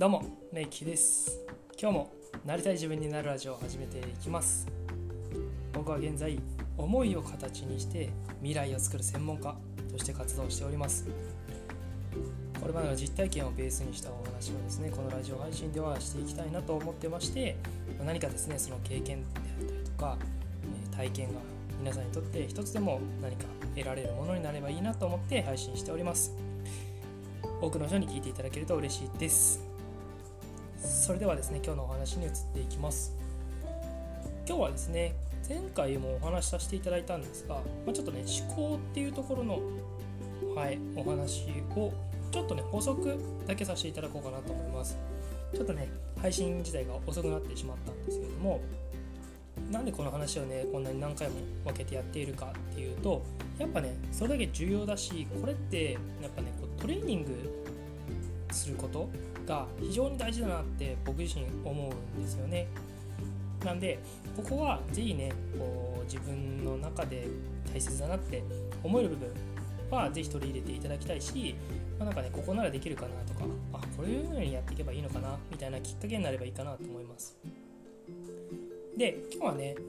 どうも、メイキです。今日もなりたい自分になるラジオを始めていきます。僕は現在、思いを形にして未来を作る専門家として活動しております。これまでの実体験をベースにしたお話をですね、このラジオ配信ではしていきたいなと思ってまして、何かですね、その経験であったりとか、体験が皆さんにとって一つでも何か得られるものになればいいなと思って配信しております。多くの人に聞いていただけると嬉しいです。それではですね、今日のお話に移っていきます。今日はですね、前回もお話しさせていただいたんですが、ちょっとね、思考っていうところの、お話をちょっとね、補足だけさせていただこうかなと思います。ちょっとね、配信自体が遅くなってしまったんですけれども、なんでこの話をね、こんなに何回も分けてやっているかっていうと、やっぱね、それだけ重要だし、これってやっぱね、トレーニングすることが非常に大事だなって僕自身思うんですよね。なんでここはぜひね、自分の中で大切だなって思える部分はぜひ取り入れていただきたいし、なんかね、ここならできるかなとか、こういう風にやっていけばいいのかなみたいなきっかけになればいいかなと思います。で、今日はね、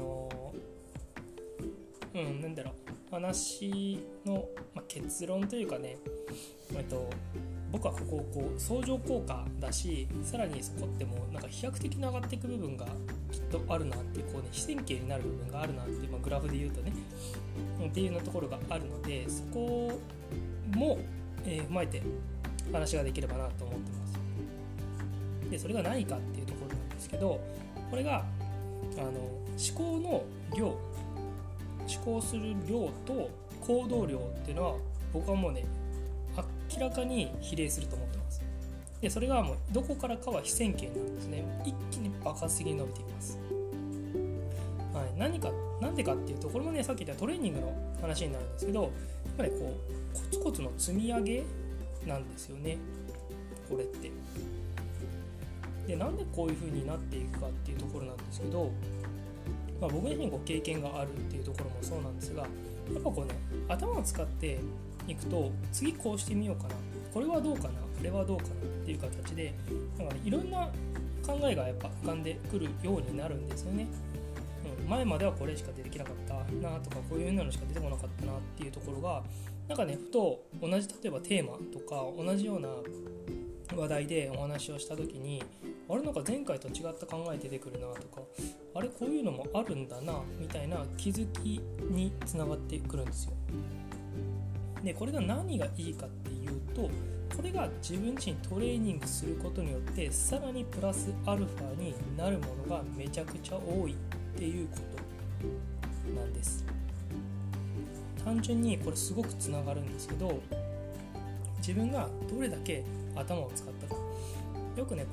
話の、結論というかね、僕はここ相乗効果だし、さらにそこってもうなんか飛躍的に上がっていく部分がきっとあるなっていう、非線形になる部分があるなっていう、グラフで言うとねっていうようなところがあるので、そこも、踏まえて話ができればなと思ってます。で、それが何かっていうところなんですけど、これが思考の量、思考する量と行動量っていうのは僕はもうね、明らかに比例すると思ってます。で、それがもうどこからかは非線形になるんですね。一気に爆発的に伸びていきます。なんでかっていうと、これもね、さっき言ったトレーニングの話になるんですけど、やっぱりコツコツの積み上げなんですよね、これって。で、なんでこういう風になっていくかっていうところなんですけど、僕自身経験があるっていうところもそうなんですが、やっぱ頭を使っていくと、次こうしてみようかな、これはどうかな、これはどうかなっていう形で、いろんな考えがやっぱ浮かんでくるようになるんですよね。前まではこれしか出てきなかったなとか、こういうのしか出てこなかったなっていうところが、ふと同じ、例えばテーマとか同じような話題でお話をした時に、前回と違った考え出てくるなとか、こういうのもあるんだなみたいな気づきにつながってくるんですよ。で、これが何がいいかっていうと、これが自分自身トレーニングすることによってさらにプラスアルファになるものがめちゃくちゃ多いっていうことなんです。単純にこれすごくつながるんですけど、自分がどれだけ頭を使ったか、よくね、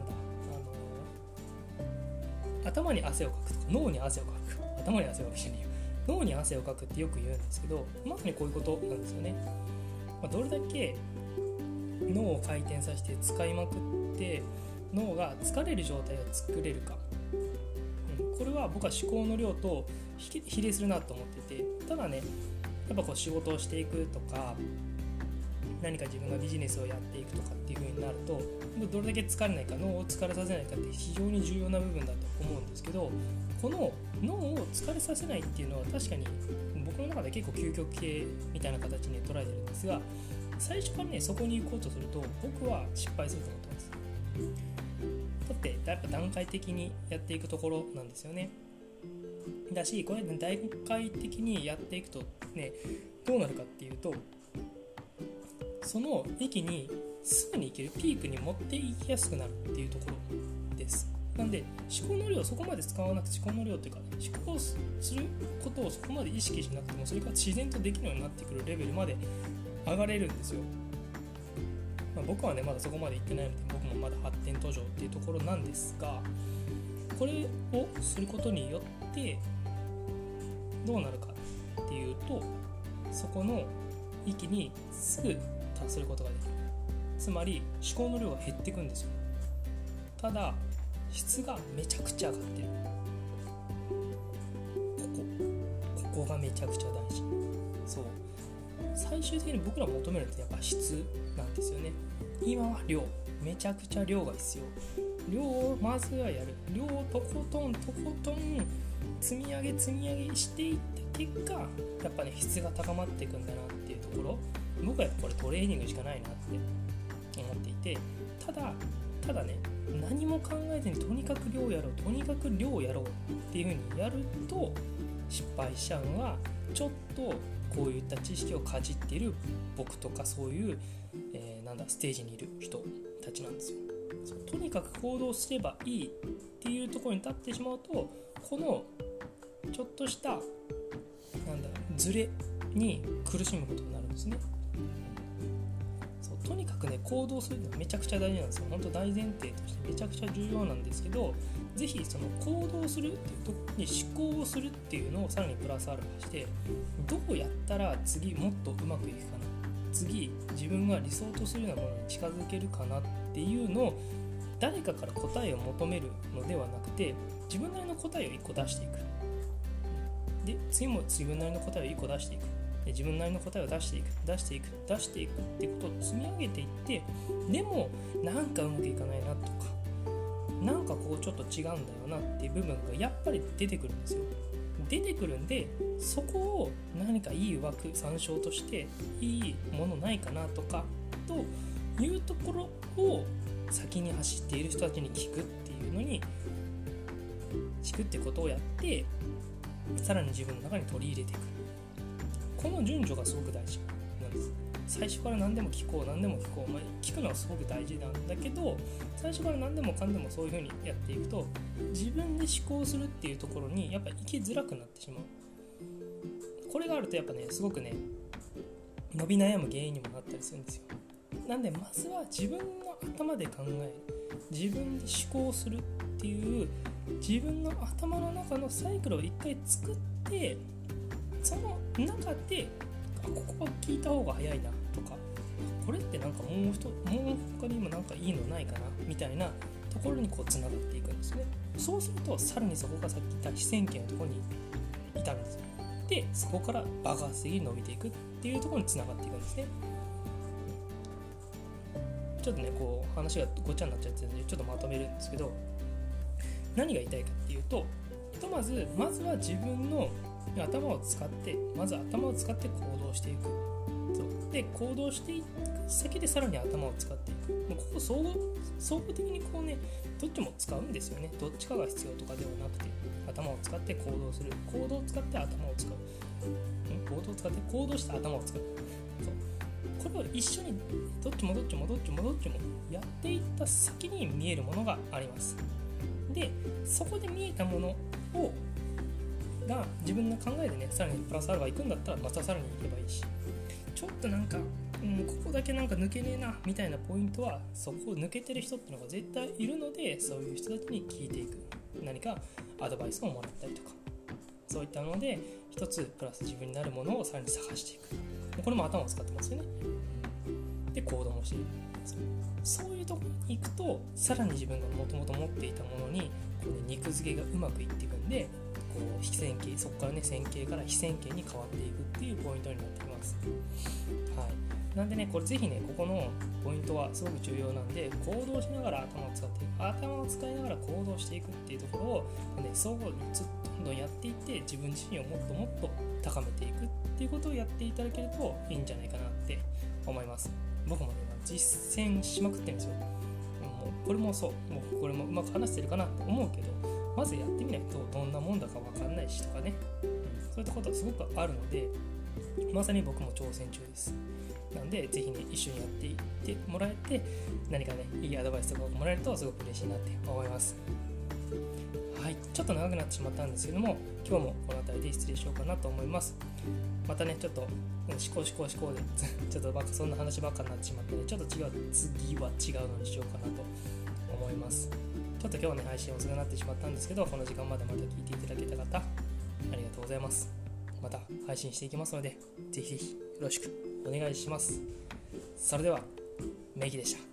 頭に汗をかくとか、脳に汗をかく、頭に汗をかくじゃねえよ、脳に汗をかくってよく言うんですけど、まさにこういうことなんですよね。どれだけ脳を回転させて使いまくって脳が疲れる状態を作れるか、これは僕は思考の量と比例するなと思ってて、ただね、やっぱ仕事をしていくとか、何か自分がビジネスをやっていくとかっていう風になると、どれだけ疲れないか、脳を疲れさせないかって非常に重要な部分だと思うんですけど、この脳を疲れさせないっていうのは確かに僕の中で結構究極系みたいな形に捉えてるんですが、最初からね、そこに行こうとすると僕は失敗すると思ってます。だってやっぱ段階的にやっていくところなんですよね。だし、これ段階的にやっていくとね、どうなるかっていうと、その域にすぐに行けるピークに持っていきやすくなるっていうところです。なんで思考の量をそこまで使わなくて、思考の量というか思考することをそこまで意識しなくても、それが自然とできるようになってくるレベルまで上がれるんですよ。僕はね、まだそこまで行ってないので、僕もまだ発展途上っていうところなんですが、これをすることによってどうなるかっていうと、そこの域にすぐ達することができる。つまり思考の量が減っていくんですよ。ただ質がめちゃくちゃ上がってる。ここがめちゃくちゃ大事。そう、最終的に僕ら求めるのってやっぱ質なんですよね。今は量めちゃくちゃ量が必要。量をまずはやる。量をとことん積み上げしていった結果、やっぱね質が高まっていくんだなっていうところ、僕はやっぱこれトレーニングしかないなって思っていて、ただね、何も考えずにとにかく量やろうっていう風にやると失敗しちゃうのは、ちょっとこういった知識をかじっている僕とかそういう、ステージにいる人たちなんですよ。とにかく行動すればいいっていうところに立ってしまうと、このちょっとしたズレに苦しむことになるんですね。とにかくね行動するのはめちゃくちゃ大事なんですよ。本当大前提としてめちゃくちゃ重要なんですけど、ぜひその行動するっていうところに思考をするっていうのをさらにプラスアルファして、どうやったら次もっとうまくいくかな、次自分が理想とするようなものに近づけるかなっていうのを誰かから答えを求めるのではなくて、自分なりの答えを1個出していく。で次も自分なりの答えを1個出していく。で自分なりの答えを出していくってことを積み上げていって、でもなんかうまくいかないなとか、なんかこうちょっと違うんだよなっていう部分がやっぱり出てくるんですよ。出てくるんで、そこを何かいい枠参照としていいものないかなとかというところを先に走っている人たちに聞くっていうのに聞くってことをやって、さらに自分の中に取り入れていく。この順序がすごく大事なんです。最初から何でも聞こう、聞くのはすごく大事なんだけど、最初から何でもかんでもそういう風にやっていくと、自分で思考するっていうところにやっぱり行きづらくなってしまう。これがあるとやっぱねすごくね伸び悩む原因にもなったりするんですよ。なんでまずは自分の頭で考える、自分で思考するっていう自分の頭の中のサイクルを一回作って、その中でここは聞いた方が早いなとか、これってなんかもう他にもなんかいいのないかなみたいなところにこうつながっていくんですね。そうするとさらにそこがさっき言った非線形のところに至るんですよ。でそこから爆発的に伸びていくっていうところにつながっていくんですね。ちょっとねこう話がごちゃになっちゃってるのでちょっとまとめるんですけど、何が言いたいかっていうと、ひとまずは自分の頭を使って行動していく。で行動していく先でさらに頭を使っていく。ここ総合的にこうねどっちも使うんですよね。どっちかが必要とかではなくて、頭を使って行動する、行動を使って頭を使う、行動を使って行動して頭を使う。これを一緒にどっちもやっていった先に見えるものがあります。でそこで見えたものをが自分の考えでねさらにプラスアルファ行くんだったらまたさらに行けばいいし、ちょっとなんか、ここだけなんか抜けねえなみたいなポイントはそこを抜けてる人っていうのが絶対いるので、そういう人たちに聞いていく、何かアドバイスをもらったりとか、そういったので一つプラス自分になるものをさらに探していく。これも頭を使ってますよね。で行動もしている。そういうところに行くとさらに自分がもともと持っていたものにこう、肉付けがうまくいっていくんで、こう非線形、そこからね線形から非線形に変わっていくっていうポイントになってきます。はい。なんでねこれぜひねここのポイントはすごく重要なんで、行動しながら頭を使っていく、頭を使いながら行動していくっていうところを、ね、相互にどんどんやっていって、自分自身をもっと高めていくっていうことをやっていただけるといいんじゃないかなって思います。僕もね実践しまくってるんですよ。これもそう、もうこれもうまく話してるかなと思うけど、まずやってみないとどんなもんだか分かんないしとかね、そういったことはすごくあるので、まさに僕も挑戦中です。なんでぜひね一緒にやっていってもらえて、何かねいいアドバイスとかをもらえるとすごく嬉しいなって思います。はい、ちょっと長くなってしまったんですけども、今日もこの辺りで失礼しようかなと思います。またねちょっと思考でちょっとそんな話ばっかになってしまったので、ちょっと次は違うのにしようかなと思います。ちょっと今日ね配信遅くなってしまったんですけど、この時間までまた聞いていただけた方ありがとうございます。また配信していきますので、ぜひよろしくお願いします。それではメイキでした。